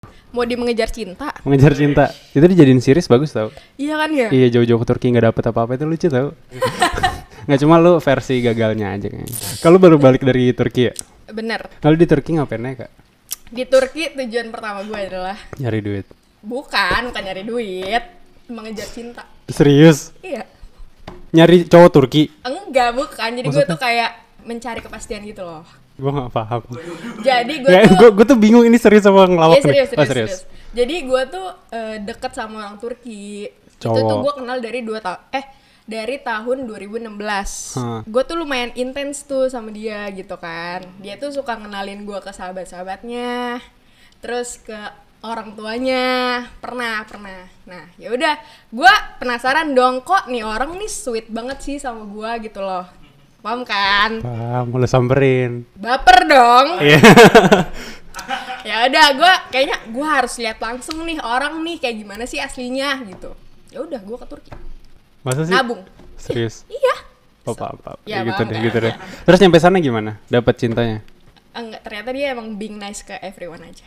Mau di Mengejar Cinta. Mengejar Cinta. Itu dijadiin series bagus tau. Iya kan ya? Iya, jauh-jauh ke Turki gak dapet apa-apa, itu lucu tau. Nggak, cuma lu versi gagalnya aja kayaknya. Kalau baru balik dari Turki ya? Bener. Lalu di Turki ngapain aja Kak? Di Turki tujuan pertama gue adalah Nyari duit. bukan nyari duit, mengejar cinta. Serius? Iya. Nyari cowok Turki? Enggak, bukan. Jadi gue tuh kayak mencari kepastian gitu loh. Gue gak paham. Jadi gue Ya, tuh gue tuh bingung ini serius apa ngelawak Iya nih? serius, Oh, serius. Jadi gue tuh deket sama orang Turki. Itu tuh Cowok. gue kenal dari dari tahun 2016. Gue tuh lumayan intens tuh sama dia gitu kan. Dia tuh suka ngenalin gue ke sahabat-sahabatnya, terus ke orang tuanya. Pernah. Nah, ya udah, gue penasaran dong, kok nih orang nih sweet banget sih sama gue gitu loh. Paham kan? Paham, mulai samperin. Baper dong. Iya. Ya udah, kayaknya gue harus lihat langsung nih orang nih kayak gimana sih aslinya gitu. Ya udah, gue ke Turki. Masa sih? Nabung. Serius? Iya. Apa-apa. Ya, Gitu bangga. deh, gitu deh. Terus nyampe sana gimana? Dapat cintanya? Enggak, ternyata dia emang being nice ke everyone aja.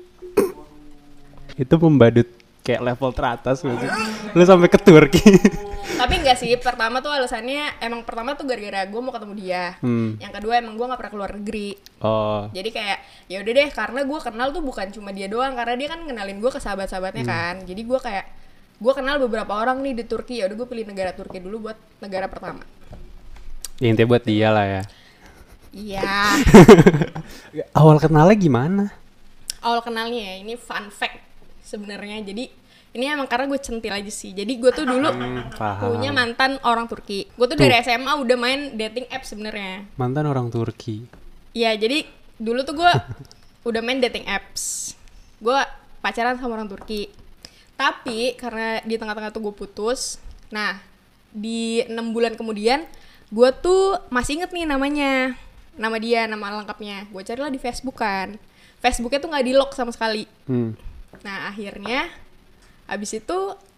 Itu membadut kayak level teratas berarti. Lu sampai ke Turki. Tapi enggak sih, pertama tuh alasannya emang pertama tuh gara-gara gue mau ketemu dia. Yang kedua emang gue nggak pernah keluar negeri. Oh. Jadi kayak ya udah deh, karena gue kenal tuh bukan cuma dia doang, karena dia kan kenalin gue ke sahabat-sahabatnya kan. Jadi gue kayak gue kenal beberapa orang nih di Turki. Ya udah, gue pilih negara Turki dulu buat negara pertama. Ya, intinya buat dia lah ya. Iya. Awal kenalnya gimana? Awal kenalnya ya, ini fun fact sebenarnya. Jadi ini emang karena gue centil aja sih. Jadi gue tuh dulu Paham. punya mantan orang Turki. Gue tuh dari SMA udah main dating app sebenarnya. Mantan orang Turki. Iya, jadi dulu tuh gue udah main dating apps. Gue pacaran sama orang Turki. Tapi karena di tengah-tengah tuh gue putus. Nah, di 6 bulan kemudian gue tuh masih inget nih namanya. Nama dia, nama lengkapnya. Gue carilah di Facebook kan. Facebooknya tuh gak di-lock sama sekali. Nah, akhirnya abis itu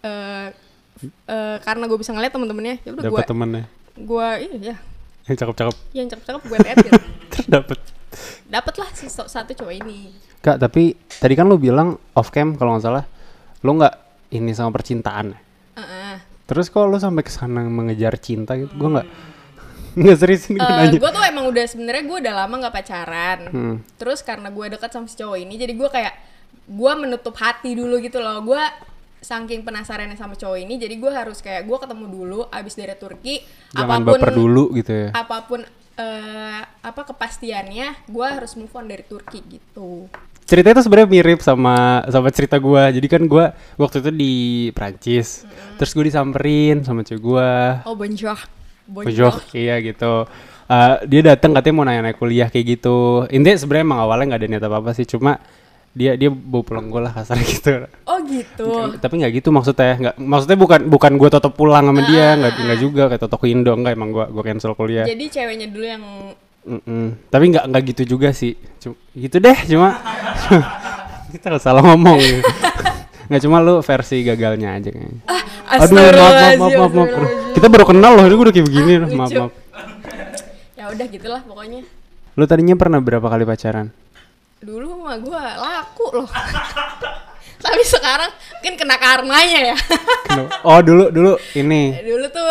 karena gue bisa ngeliat temen-temennya, ya udah gue Dapat temennya iya yang cakep-cakep. yang cakep-cakep gue liatin. Terus dapet Dapet lah satu cowok ini. Kak, tapi tadi kan lu bilang off cam kalau nggak salah lu nggak ini sama percintaan. Terus kok lu sampai kesana mengejar cinta gitu? Gue nggak serius ini nanya. Gue tuh emang udah sebenarnya gue udah lama nggak pacaran. Terus karena gue dekat sama si cowok ini, jadi gue kayak gue menutup hati dulu gitu loh. Gue saking penasarannya sama cowok ini, jadi gue harus kayak gue ketemu dulu abis dari Turki. Jangan baper dulu gitu ya. Apapun kepastiannya, gue harus move on dari Turki gitu. Ceritanya tuh sebenarnya mirip sama cerita gue. Jadi kan gue waktu itu di Prancis, terus gue disamperin sama cewek gue. Oh, bonjour. Iya gitu. Dia datang katanya mau nanya kuliah kayak gitu. Intinya sebenarnya emang awalnya nggak ada niat apa-apa sih, cuma dia bawa pulang gue lah kasar gitu. Oh gitu. Tapi nggak gitu maksudnya. Maksudnya bukan gue totok pulang sama dia, nggak juga kayak totok Indo, nggak, emang gue cancel kuliah. Jadi ceweknya dulu yang Tapi nggak gitu juga sih. Gitu deh, cuma kita nggak salah ngomong. Gitu. Nggak, cuma lu versi gagalnya aja kayaknya. Aduh, maaf. Kita baru kenal loh, ini gue udah kayak begini. Maaf. Ya udah gitulah pokoknya. Lu tadinya pernah berapa kali pacaran? Dulu mah gue laku loh. Tapi sekarang mungkin kena karmanya ya. Oh dulu ini. Dulu tuh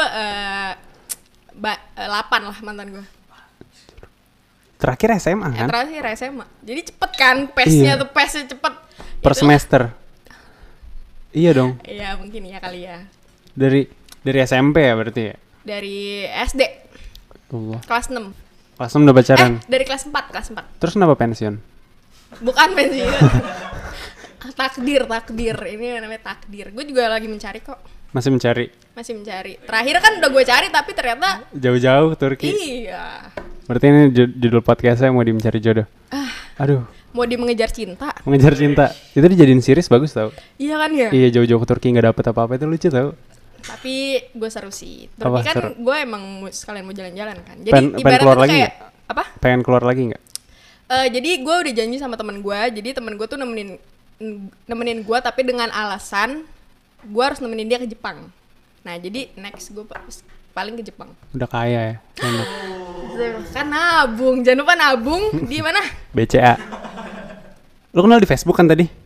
8 lah mantan gue. Terakhir SMA kan? Terakhir SMA. Jadi cepet kan pace-nya tuh, pace-nya cepet. Per semester. Iya dong. Iya mungkin ya kali ya. Dari SMP ya berarti ya? Dari SD. Allah. Kelas 6. Kelas 6 udah pacaran? Dari kelas 4. Terus kenapa pensiun? Bukan pensiun. Takdir. Ini namanya takdir. Gue juga lagi mencari kok. Masih mencari? Masih mencari. Terakhir kan udah gue cari tapi ternyata jauh-jauh Turki? Iya. Berarti ini judul podcast saya mau mencari jodoh. Aduh. Mau di Mengejar Cinta. Mengejar Cinta. Itu dijadiin series bagus tau? Iya kan ya? Iya, jauh-jauh ke Turki gak dapet apa-apa, itu lucu tau. Tapi gue seru sih. Turki Apa, kan seru? gue emang sekalian mau jalan-jalan kan. Jadi Pengen ibaratnya keluar tuh lagi kayak nggak? apa? Pengen keluar lagi gak? Jadi gue udah janji sama temen gue. Jadi temen gue tuh nemenin gue, tapi dengan alasan gue harus nemenin dia ke Jepang. Nah jadi next gue paling ke Jepang. Udah kaya ya? Enak. Kan nabung, jangan lupa nabung. Di mana? BCA. Lu kenal di Facebook kan tadi?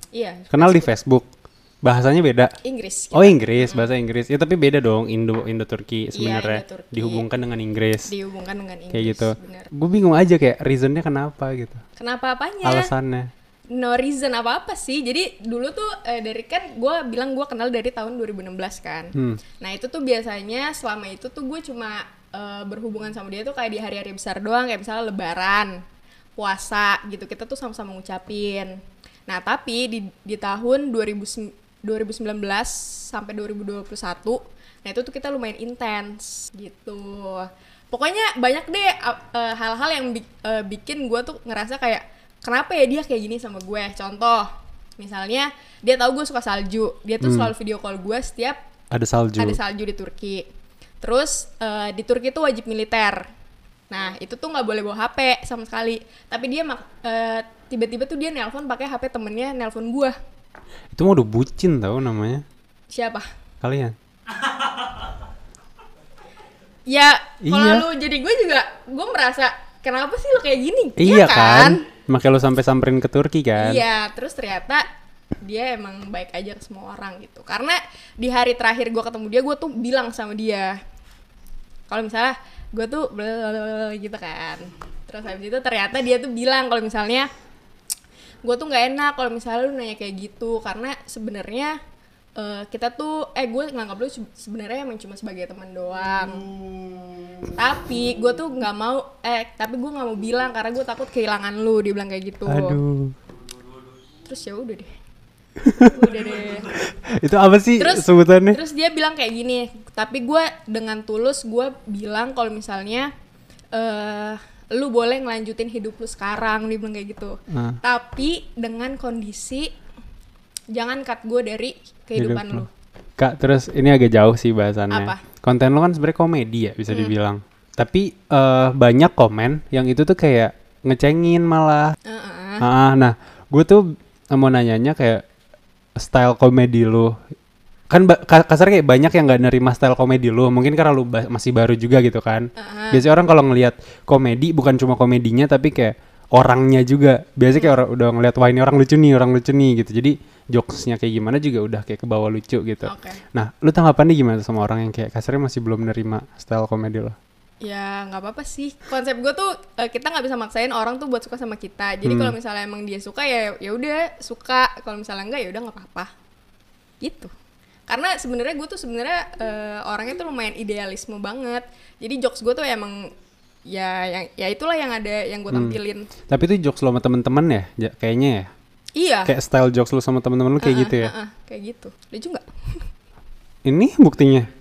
Iya. Kenal di Facebook. Bahasanya beda. Inggris. Oh Inggris, bahasa Inggris. Ya tapi beda dong Indo Turki Iya, sebenarnya. Indo-Turki. Dihubungkan dengan Inggris. Dihubungkan dengan Inggris. Kayak gitu. Bener. Gue bingung aja kayak reasonnya kenapa gitu. Kenapa apanya? Alasannya. No reason apa-apa sih. Jadi dulu tuh dari kan gue bilang gue kenal dari tahun 2016 kan. Nah itu tuh biasanya selama itu tuh gue cuma berhubungan sama dia tuh kayak di hari-hari besar doang. Kayak misalnya lebaran, puasa gitu. Kita tuh sama-sama ngucapin. Nah tapi di tahun 2019 sampai 2021, nah itu tuh kita lumayan intens gitu. Pokoknya banyak deh hal-hal yang bikin gue tuh ngerasa kayak kenapa ya dia kayak gini sama gue. Contoh, misalnya dia tahu gue suka salju, dia tuh selalu video call gue setiap Ada salju di Turki. Terus di Turki tuh wajib militer. Nah itu tuh nggak boleh bawa HP sama sekali. Tapi dia tiba-tiba tuh dia nelpon pakai HP temennya nelpon gue. Itu mah udah bucin tau namanya. Siapa? Kalian. Ya, kalau Iya. lu jadi gue juga, gue merasa kenapa sih lu kayak gini? Iya kan? Makanya lu sampai samperin ke Turki kan? Iya, terus ternyata dia emang baik aja ke semua orang gitu. Karena di hari terakhir gue ketemu dia, gue tuh bilang sama dia, kalau misalnya gue tuh blablabla gitu kan. Terus habis itu ternyata dia tuh bilang kalau misalnya gue tuh nggak enak kalau misalnya lu nanya kayak gitu, karena sebenarnya kita tuh gue nganggap lu sebenarnya emang cuma sebagai teman doang. Tapi gue tuh nggak mau gue nggak mau bilang karena gue takut kehilangan lu, dia bilang kayak gitu. Aduh. Terus ya udah deh. Udah deh. Itu apa sih sebutannya? Terus dia bilang kayak gini, tapi gue dengan tulus gue bilang kalau misalnya lu boleh ngelanjutin hidup lu sekarang, dia bilang kayak gitu. Tapi dengan kondisi jangan cut gue dari kehidupan lu. Kak, terus ini agak jauh sih bahasannya. Apa? Konten lu kan sebenarnya komedi ya bisa dibilang. Tapi banyak komen yang itu tuh kayak ngecengin malah. Nah, gue tuh mau nanyanya kayak style komedi lu. Kan kasar kayak banyak yang nggak nerima style komedi lu. Mungkin karena lu masih baru juga gitu kan. Biasanya orang kalau ngelihat komedi bukan cuma komedinya tapi kayak orangnya juga. Biasanya kayak udah ngelihat wah ini orang lucu nih gitu. Jadi jokesnya kayak gimana juga udah kayak kebawa lucu gitu. Okay. Nah, lu tanggapannya gimana sama orang yang kayak kasarnya masih belum nerima style komedi lo? Ya nggak apa-apa sih. Konsep gue tuh kita nggak bisa maksain orang tuh buat suka sama kita. Jadi kalau misalnya emang dia suka ya udah suka. Kalau misalnya enggak ya udah nggak apa-apa. Gitu. Karena sebenarnya gue tuh orangnya tuh lumayan idealisme banget. Jadi jokes gue tuh emang ya itulah yang ada yang gue tampilin. Tapi itu jokes lo sama temen-temen ya kayaknya ya? Iya. Kayak style jokes lu sama temen-temen lu kayak gitu ya? Kayak gitu. Lucu nggak? Ini buktinya.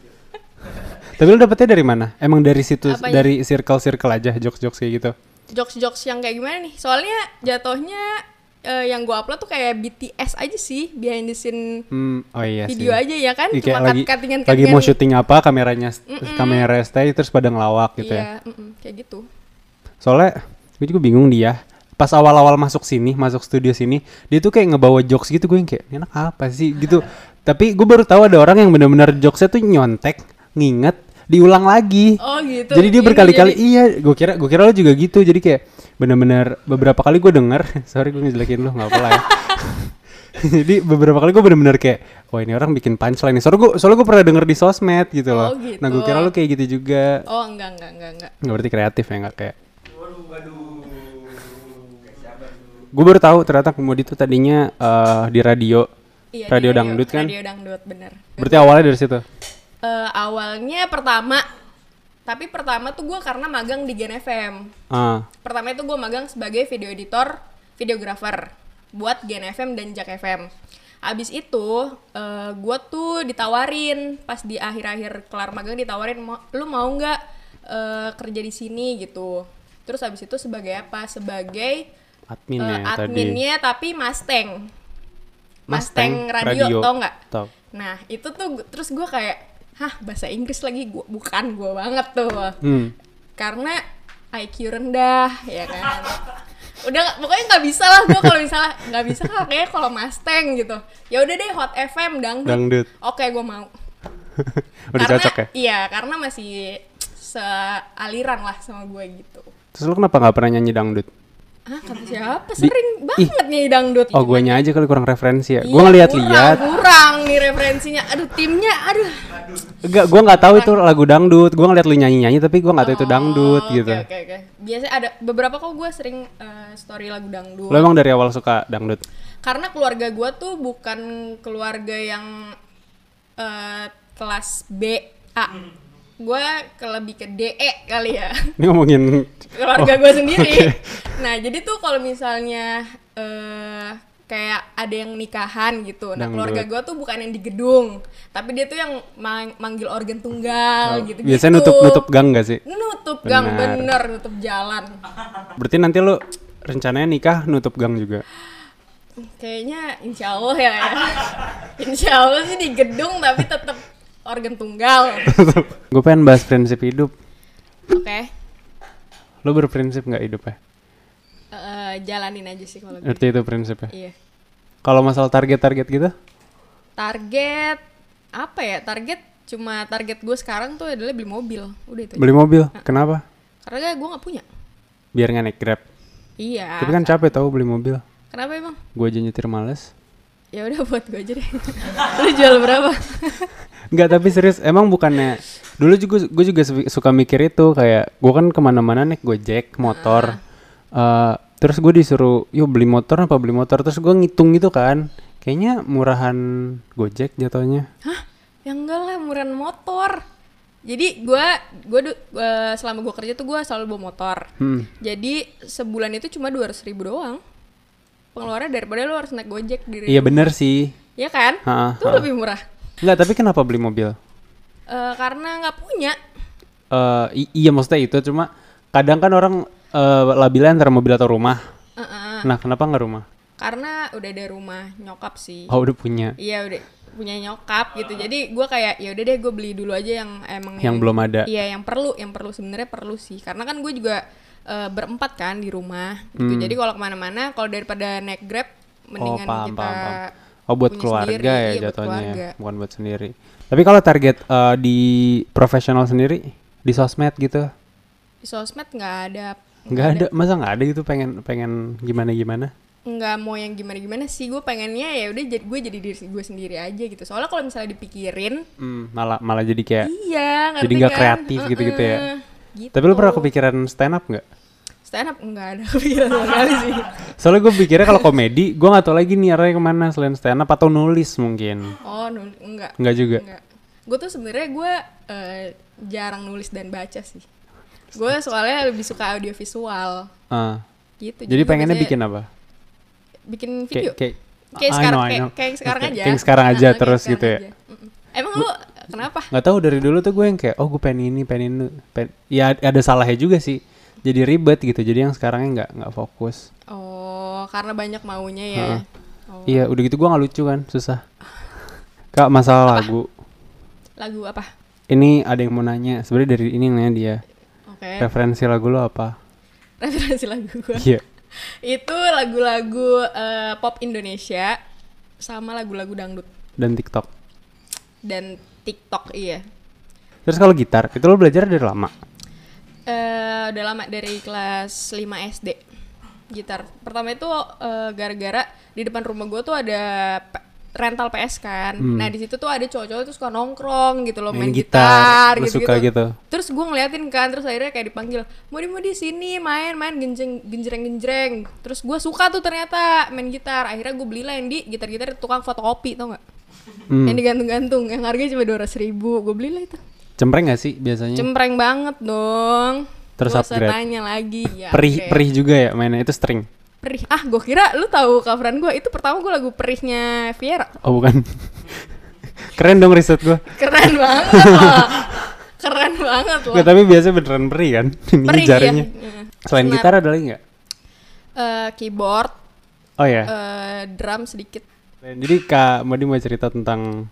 Tapi lu dapetnya dari mana? Emang dari situ, apanya? Dari circle aja jokes-jokes kayak gitu? Jokes yang kayak gimana nih? Soalnya jatuhnya yang gue upload tuh kayak BTS aja sih, behind the scene oh iya video sih. aja ya kan? Iya, cuma cuttingan lagi mau syuting apa, kameranya stay terus pada ngelawak gitu ya? Iya, kayak gitu. Soalnya gue juga bingung dia. Pas awal-awal masuk studio sini, dia tuh kayak ngebawa jokes gitu, gue yang kayak, enak apa sih gitu. Tapi gue baru tahu ada orang yang benar-benar jokesnya tuh nyontek, nginget, diulang lagi. Oh gitu. Jadi dia berkali-kali, iya, gue kira lo juga gitu. Jadi kayak benar-benar beberapa kali gue denger, sorry gue ngejelekin lo, nggak apa-apa ya. Jadi beberapa kali gue benar-benar kayak, wah ini orang bikin punchline nih. Soalnya gue pernah denger di sosmed gitu loh. Oh, gitu. Nah gue kira lo kayak gitu juga. Oh enggak. Nggak berarti kreatif ya, nggak kayak. Gue baru tahu ternyata Kumudi itu tadinya di radio. Iya, radio dangdut kan? Radio dangdut, bener. Berarti awalnya dari situ? Awalnya pertama tuh gue karena magang di Gen FM. Pertama itu gue magang sebagai video editor, videographer buat Gen FM dan Jak FM. Abis itu gue tuh ditawarin pas di akhir-akhir kelar magang ditawarin, lu mau nggak kerja di sini gitu. Terus abis itu sebagai apa? Sebagai adminnya tapi Mustang radio tau nggak? Tau. Nah itu tuh terus gue kayak bahasa Inggris lagi bukan gue banget tuh. Karena IQ rendah ya kan. Udah pokoknya nggak bisa lah gue kalau misalnya nggak bisa kayaknya kalau Mustang gitu. Ya udah deh Hot FM dangdut. Oke gue mau. Udah karena, cocok ya? Iya karena masih sealiran lah sama gue gitu. Terus lu kenapa nggak pernah nyanyi dangdut? Ah, kata siapa? Sering banget nih dangdut. Oh, guanya aja kali kurang referensi ya. Iya, Gua ngeliat-liat. Kurang nih referensinya. Aduh, timnya, aduh. Enggak, gua nggak tahu itu lagu dangdut. Gua ngeliat lu nyanyi-nyanyi tapi gua nggak tahu itu dangdut gitu. Oke. Biasanya ada beberapa kok gue sering story lagu dangdut. Lo emang dari awal suka dangdut? Karena keluarga gue tuh bukan keluarga yang kelas B, A. Gue lebih ke DE kali ya. Ini ngomongin Keluarga gue sendiri. Nah, jadi tuh kalau misalnya kayak ada yang nikahan gitu. Nah, Dangdut. keluarga gue tuh bukan yang di gedung, tapi dia tuh yang manggil organ tunggal gitu. Biasanya nutup gang gak sih? Nutup gang, Benar. bener, nutup jalan. Berarti nanti lu rencananya nikah nutup gang juga? Kayaknya insya Allah ya. Insya Allah sih di gedung tapi tetap organ tunggal. Gue pengen bahas prinsip hidup. Oke. Lo berprinsip nggak hidup ya? Jalanin aja sih kalau gitu. Ngerti itu prinsipnya? Iya. Kalau masalah target-target gitu? Target apa ya? Target gue sekarang tuh adalah beli mobil. Udah itu. Beli mobil? Kenapa? Karena gue nggak punya. Biar nggak naik Grab. Iya. Tapi kan capek tau beli mobil. Kenapa emang? Gue aja nyetir males. Ya udah buat gue aja deh. Lu jual berapa? Enggak, tapi serius, emang bukannya dulu juga gue juga suka mikir itu, kayak gue kan kemana-mana naik Gojek motor. Terus gue disuruh yuk beli motor, terus gue ngitung gitu kan, kayaknya murahan Gojek jatuhnya. Hah? Ya enggak lah, murahan motor. Jadi gue selama gue kerja tuh gue selalu bawa motor. Jadi sebulan itu cuma 200.000 doang pengeluarannya, daripada lu harus naik Gojek di Iya bener sih. Iya kan? Tuh lebih murah. Enggak, tapi kenapa beli mobil? Karena nggak punya. Iya maksudnya itu, cuma kadang kan orang labelnya antara mobil atau rumah. Nah, kenapa nggak rumah? Karena udah ada rumah nyokap sih. Oh, udah punya. Iya, udah punya nyokap gitu. Jadi gue kayak ya udah deh gue beli dulu aja yang emang yang belum ada. Iya, yang perlu sebenarnya perlu sih. Karena kan gue juga berempat kan di rumah gitu. Jadi kalau kemana-mana, kalau daripada naik Grab mendingan kita Oh, buat punya keluarga sendiri, ya iya, buat jatuhnya keluarga. ya, bukan buat sendiri. Tapi kalau target di profesional sendiri, di sosmed gitu? Di sosmed nggak ada. Nggak ada, masa nggak ada gitu, pengen gimana? Nggak mau yang gimana sih, gue pengennya ya udah gue jadi diri gue sendiri aja gitu. Soalnya kalau misalnya dipikirin, malah jadi kayak iya, jadi nggak kreatif gitu ya. Gitu. Tapi lu pernah kepikiran stand up nggak? Stand up nggak ada kepikiran sama sekali sih. Soalnya gue pikirnya kalau komedi, gue nggak tahu lagi nih arahnya kemana selain stand up atau nulis mungkin. Oh, enggak. Enggak juga. Enggak. Gue tuh sebenarnya gue jarang nulis dan baca sih. Gue soalnya lebih suka audiovisual. Gitu. Jadi pengennya bikin apa? Bikin video. Kayak sekarang kayak sekarang aja. Kayak sekarang aja terus sekarang gitu ya. aja. Emang lu kenapa? Nggak tahu, dari dulu tuh gue yang kayak gue pengen ini. Ya ada salahnya juga sih. Jadi ribet gitu. Jadi yang sekarangnya nggak fokus. Oh, karena banyak maunya ya. Oh. Iya, udah gitu gue nggak lucu kan, susah. Kak, masalah lagu. Lagu apa? Ini ada yang mau nanya. Sebenarnya dari ini nanya dia. Oke. Referensi lagu lo apa? Referensi lagu gue. Iya. Itu lagu-lagu pop Indonesia sama lagu-lagu dangdut Dan TikTok. dan TikTok, iya. Terus kalau gitar, itu lo belajar dari lama? Udah lama, dari kelas 5 SD gitar. Pertama itu gara-gara di depan rumah gue tuh ada rental PS kan. Nah di situ tuh ada cowok-cowok tuh suka nongkrong gitu loh, main gitar lu gitu. suka gitu. Terus gue ngeliatin kan, terus akhirnya kayak dipanggil, mau di sini main genjreng. Terus gue suka tuh ternyata main gitar. Akhirnya gue belilah yang di gitar-gitar tukang fotokopi, tau nggak? Yang digantung-gantung, yang harganya cuma 200.000. Gue belilah itu. Cempreng gak sih biasanya? Cempreng banget dong. Terus gua usah upgrade. tanya lagi ya. Perih juga ya mainnya, itu string. Perih. Ah, gue kira lu tahu coveran gue. Itu pertama gue lagu Perihnya Viera. Oh bukan. Keren dong riset gue. Keren banget loh. Keren banget loh. Nggak, tapi biasanya beneran perih kan. Ini Perih jarinya. ya. Selain Senar. gitar ada lagi nggak? Keyboard, Oh ya. drum sedikit. Jadi Kak Modi mau cerita tentang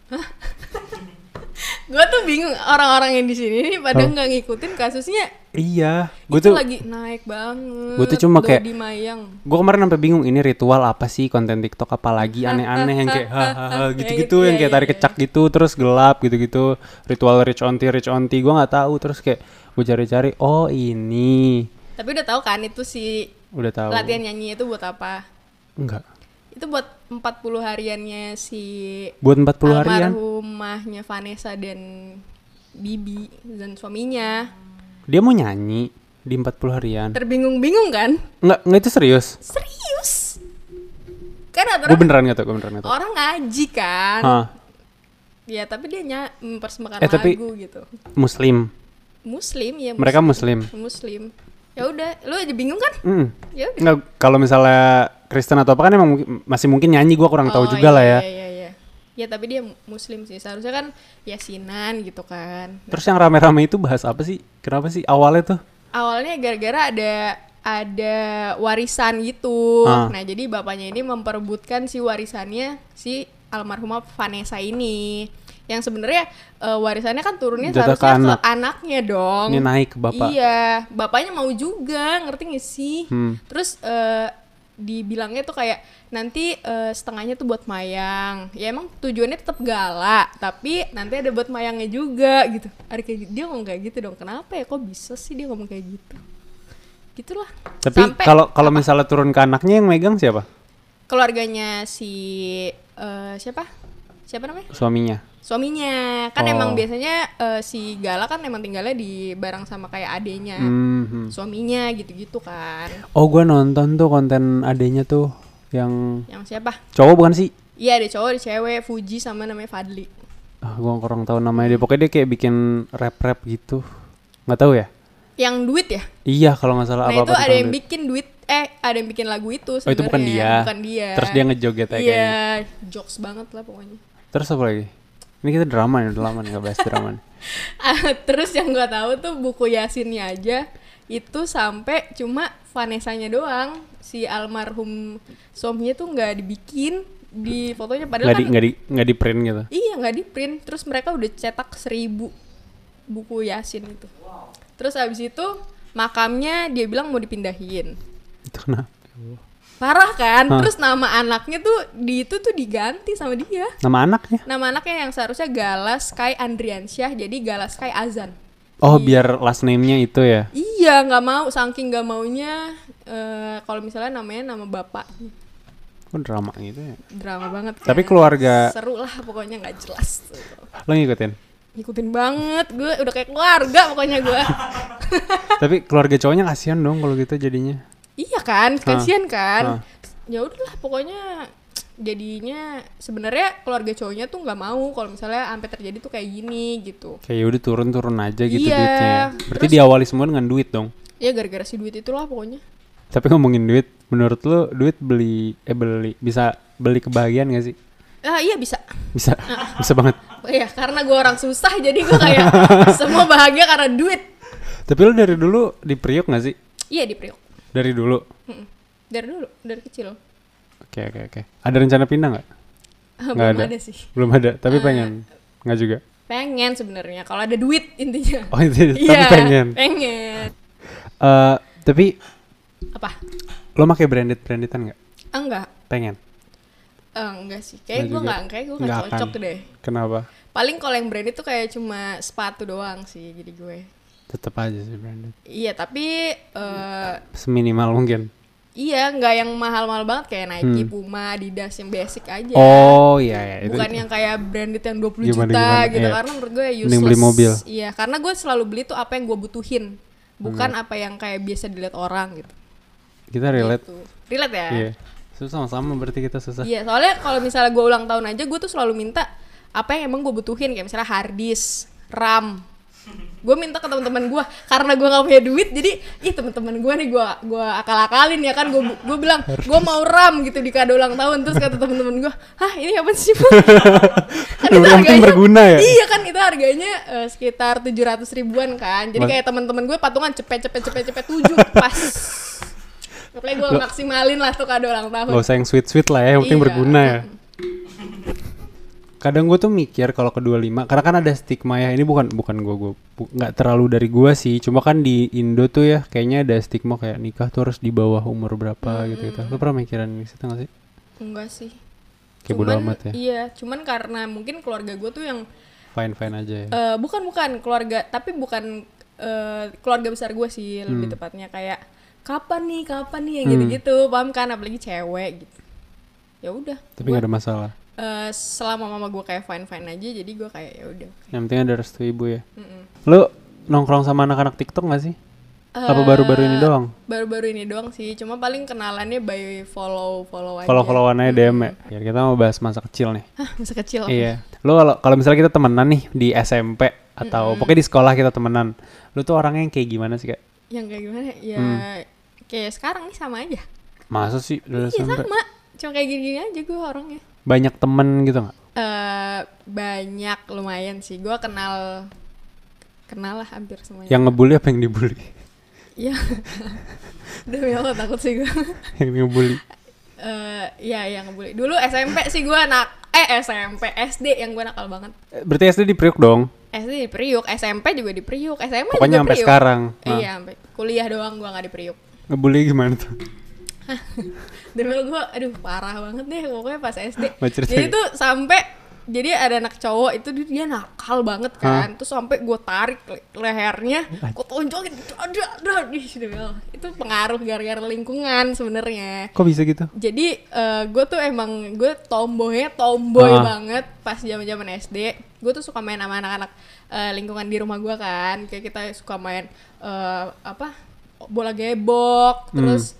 Gue tuh bingung orang-orang yang di sini nih pada nggak ngikutin kasusnya. Iya, gue Itu tuh lagi naik banget. Gue tuh cuma kayak Dodi Mayang. gue kemarin sampai bingung ini ritual apa sih, konten TikTok apa lagi aneh-aneh yang kayak hahaha gitu-gitu, yang kayak tarik kecak gitu terus gelap gitu-gitu, ritual rich on tea gue nggak tahu, terus kayak gue cari-cari, oh ini. Tapi udah tahu kan itu si Udah tahu. Latihan nyanyi itu buat apa? Enggak. Itu buat 40 hariannya si Buat 40 harian. almarhumahnya Vanessa dan Bibi dan suaminya. Dia mau nyanyi di 40 harian. Terbingung-bingung kan? Enggak itu serius. Serius? Kan Gue beneran gak tau. orang ngaji kan? Hah. Ya tapi dia mempersembahkan tapi lagu gitu. Muslim. Muslim ya. Mereka Muslim. Muslim. Ya udah, lu aja bingung kan? Ya udah. Nggak, kalau misalnya Kristen atau apa kan emang masih mungkin nyanyi, gue kurang tahu juga lah ya. Iya. Ya tapi dia Muslim sih, seharusnya kan yasinan gitu kan. Terus yang rame-rame itu bahas apa sih? Kenapa sih awalnya tuh? Awalnya gara-gara ada warisan gitu. Nah jadi bapaknya ini memperebutkan si warisannya si almarhumah Vanessa ini. Yang sebenarnya warisannya kan turunnya Jatuh seharusnya ke anaknya dong. Ini naik ke bapak. Iya, bapaknya mau juga, ngerti gak sih? Terus dibilangnya tuh kayak nanti setengahnya tuh buat mayang. Ya emang tujuannya tetap gala, tapi nanti ada buat mayangnya juga gitu. Ada kayak dia ngomong kayak gitu dong. Kenapa ya? Kok bisa sih dia ngomong kayak gitu? Gitulah. Tapi kalau misalnya turun ke anaknya yang megang siapa? Keluarganya si siapa? Siapa namanya? Suaminya kan emang biasanya si Gala kan emang tinggalnya di bareng sama kayak adenya, suaminya gitu-gitu kan. Oh gue nonton tuh konten adenya tuh yang siapa? Cowok bukan sih? Iya ada cowok, ada cewek, Fuji sama namanya Fadli. Gue kurang tahu namanya dia. Pokoknya dia kayak bikin rap gitu, nggak tahu ya? Yang duit ya? Iya kalau nggak salah. Nah apa-apa itu ada yang duit. bikin duit, ada yang bikin lagu itu sebenarnya. Oh itu bukan dia. Terus dia ngejoget aja. Iya, jokes banget lah pokoknya. Terus apa lagi? Ini kita drama nih, udah lama nih gak bahas drama nih. Terus yang gue tahu tuh buku Yasinnya aja itu sampai cuma Vanessa-nya doang. Si almarhum suaminya tuh nggak dibikin di fotonya, padahal nggak di print gitu. Iya nggak di print. Terus mereka udah cetak 1000 buku Yasin itu. Terus abis itu makamnya dia bilang mau dipindahin. Itu kenapa? Parah kan? Terus nama anaknya tuh itu tuh diganti sama dia. Nama anaknya? Nama anaknya yang seharusnya Gala Sky Andriansyah jadi Gala Sky Azan. Oh biar last name-nya itu ya? Iya nggak mau, saking nggak maunya kalau misalnya namanya nama bapaknya. Kok drama gitu ya? Drama banget kan? Tapi keluarga seru lah pokoknya, nggak jelas. Lo ngikutin banget, gue udah kayak keluarga pokoknya gue. Tapi keluarga cowoknya kasihan dong kalau gitu jadinya. Iya kan, kasihan kan. Ya udahlah pokoknya jadinya sebenarnya keluarga cowoknya tuh nggak mau kalau misalnya sampai terjadi tuh kayak gini gitu. Kayak udah turun aja gitu iya, duitnya. Berarti terus, diawali semua dengan duit dong. Iya gara-gara si duit itulah pokoknya. Tapi ngomongin duit, menurut lo duit bisa beli kebahagiaan gak sih? Iya bisa. Bisa banget. Iya karena gue orang susah jadi gue kayak semua bahagia karena duit. Tapi lo dari dulu di Priok gak sih? Iya di Priok. Dari dulu? Dari kecil. Oke. Ada rencana pindah nggak? Belum ada sih. Belum ada, tapi pengen. Nggak juga? Pengen sebenarnya kalau ada duit intinya. Oh itu, iya, tapi pengen. Tapi apa? Lo pakai brandedan nggak? Enggak. Pengen? Enggak sih. Kayak gue nggak cocok deh. Kenapa? Paling kalau yang branded tuh kayak cuma sepatu doang sih, jadi gue. Tetep aja sih branded. Iya tapi seminimal mungkin. Iya nggak yang mahal-mahal banget kayak Nike, Puma, Adidas yang basic aja. Oh iya. Bukan yang kayak branded yang 20 gimana, juta gitu iya. Karena menurut gue useless. Mending beli mobil. Iya karena gue selalu beli tuh apa yang gue butuhin, bukan apa yang kayak biasa dilihat orang gitu. Kita relate. Gitu. Relate ya. Iya. Sama-sama berarti kita susah. Iya soalnya kalau misalnya gue ulang tahun aja gue tuh selalu minta apa yang emang gue butuhin, kayak misalnya hard disk, RAM. Gue minta ke teman-teman gue karena gue nggak punya duit, jadi teman-teman gue nih gue akal-akalin ya kan, gue bilang gue mau RAM gitu di kado ulang tahun. Terus kata teman-teman gue, hah ini apa sih Bu? Kan itu harganya berguna ya? Iya kan itu harganya sekitar 700 ribuan kan, jadi kayak teman-teman gue patungan cepet 7 pas. Pokoknya gue maksimalin lah tuh kado ulang tahun. Gak usah yang sweet lah ya, yang penting berguna ya. Kadang gue tuh mikir kalau ke 25, karena kan ada stigma ya, ini bukan gue nggak terlalu dari gue sih, cuma kan di Indo tuh ya kayaknya ada stigma kayak nikah tuh harus di bawah umur berapa gitu. Lo pernah mikiran di situ nggak sih? Enggak sih. Kayak bodo amat ya. Iya, cuman karena mungkin keluarga gue tuh yang fine aja ya. Bukan keluarga, tapi bukan keluarga besar gue sih lebih tepatnya kayak kapan nih yang gitu-gitu, paham kan, apalagi cewek gitu. Ya udah. Tapi nggak ada masalah. Selama mama gue kayak fine aja, jadi gue kayak ya udah. Yang penting ada restu ibu ya. Lu nongkrong sama anak-anak TikTok nggak sih? Apa baru-baru ini doang? Baru-baru ini doang sih, cuma paling kenalannya by follow aja. Follow-followan aja DM ya. Ya kita mau bahas masa kecil nih. Hah, masa kecil? Iya. Lu kalau misalnya kita temenan nih di SMP atau pokoknya di sekolah kita temenan, lu tuh orangnya yang kayak gimana sih, Kak? Yang kayak gimana ya? Kayak sekarang nih sama aja. Masa sih? Iya sama, cuma kayak gini-gini aja gue orangnya. Banyak temen gitu nggak? Banyak, lumayan sih. Gue kenal lah hampir semuanya. Yang ngebully apa yang dibully? Iya. Demi Allah takut sih gue. Yang ngebully? Iya yang ngebully. Dulu SMP sih gue SD yang gue nakal banget. Berarti SD di Priuk dong? SD di Priuk, SMP juga di Priuk, SMA pokoknya juga sampai Priuk. Sekarang. Iya, sampai kuliah doang gue nggak di Priuk. Ngebully gimana tuh? Dulu gue, aduh parah banget deh pokoknya pas SD. Cerita. Jadi tuh sampai jadi ada anak cowok itu dia nakal banget kan. Terus sampai gue tarik lehernya, gue tonjokin, ada itu pengaruh gara-gara lingkungan sebenarnya. Kok bisa gitu? Jadi gue tuh emang gue tomboy banget pas zaman SD. Gue tuh suka main sama anak-anak lingkungan di rumah gue kan. Kayak kita suka main bola gebok, terus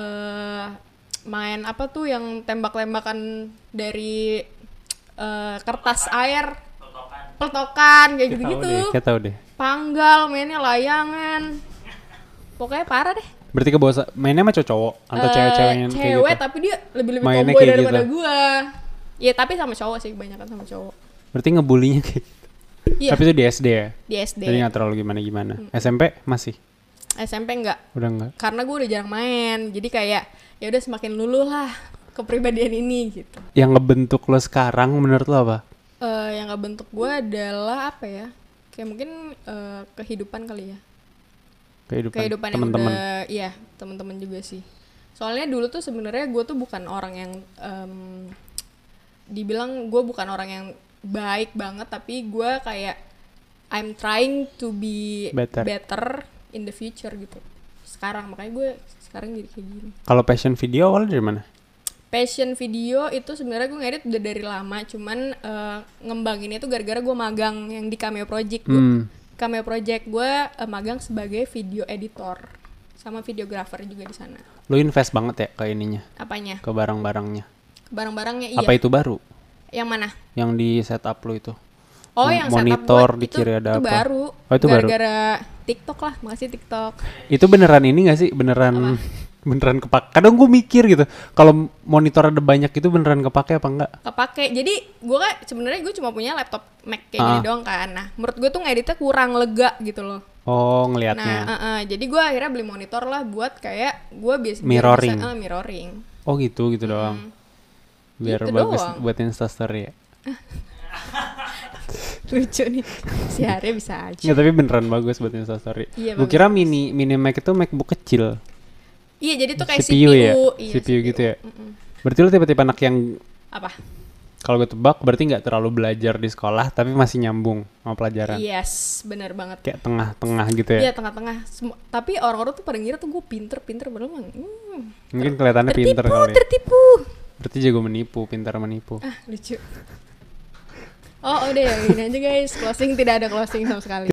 main apa tuh yang tembak-tembakan dari kertas air, peletokan kayak gitu-gitu. Kayak tahu deh. Panggal, mainnya layangan. Pokoknya parah deh. Berarti ke bawah mainnya sama cowok atau cewek-ceweknya kayak gitu? Cewek tapi dia lebih mainnya tomboy kayak daripada gitu. gua. Ya tapi sama cowok sih, kebanyakan sama cowok. Berarti ngebulinya kayak gitu. Iya. Tapi itu di SD ya? Di SD. Jadi nggak terlalu gimana-gimana. SMP masih? SMP enggak. Udah enggak? Karena gue udah jarang main. Jadi kayak ya udah semakin luluh lah kepribadian ini gitu. Yang ngebentuk lo sekarang menurut lo apa? Yang ngebentuk gue adalah apa ya? Kayak mungkin kehidupan kali ya. Kehidupan teman-teman. yang udah, iya teman-teman juga sih. Soalnya dulu tuh sebenarnya gue tuh bukan orang yang dibilang gue bukan orang yang baik banget, tapi gue kayak I'm trying to be better in the future gitu. Sekarang makanya gue sekarang jadi kayak gini. Kalau passion video awal dari mana? Passion video itu sebenarnya gue ngedit udah dari lama, cuman ngembanginnya tuh gara-gara gue magang yang di Cameo Project. Cameo Project gue magang sebagai video editor sama videographer juga di sana. Lo invest banget ya ke ininya? Apanya? Ke barang-barangnya. Barang-barangnya iya. Apa itu baru? Yang mana? Yang di setup lo itu. Oh, yang monitor setup di kiri ada itu apa? Baru. Oh, itu gara-gara TikTok lah, makasih TikTok. Itu beneran ini gak sih? Beneran kepake. Kadang gue mikir gitu, kalau monitor ada banyak itu beneran kepake apa enggak? Kepake. Jadi gue kan sebenarnya gue cuma punya laptop Mac kayak gini doang kan. Nah, menurut gue tuh ngeditnya kurang lega gitu loh. Oh, ngelihatnya. Nah, jadi gue akhirnya beli monitor lah buat kayak gue bisa mirroring. Oh gitu doang. Biar gitu bagus doang. buat Instastory ya. Lucu nih, si Arya bisa aja. Nggak, tapi beneran bagus buat Instastory. Iya, gue kira mini Mac itu MacBook kecil. Iya, jadi tuh kayak CPU ya? Iya, CPU gitu ya? Berarti lu tipe-tipe anak yang apa? Kalau gue tebak berarti nggak terlalu belajar di sekolah tapi masih nyambung sama pelajaran. Yes, benar banget. Kayak tengah-tengah gitu ya? Iya, tengah-tengah. Tapi orang-orang tuh pada ngira tuh gue pinter padahal mungkin kelihatannya pinter kali. Tertipu. Berarti jago menipu, pintar menipu. Lucu. Oh udah ya, ini aja guys. Closing tidak ada closing sama sekali.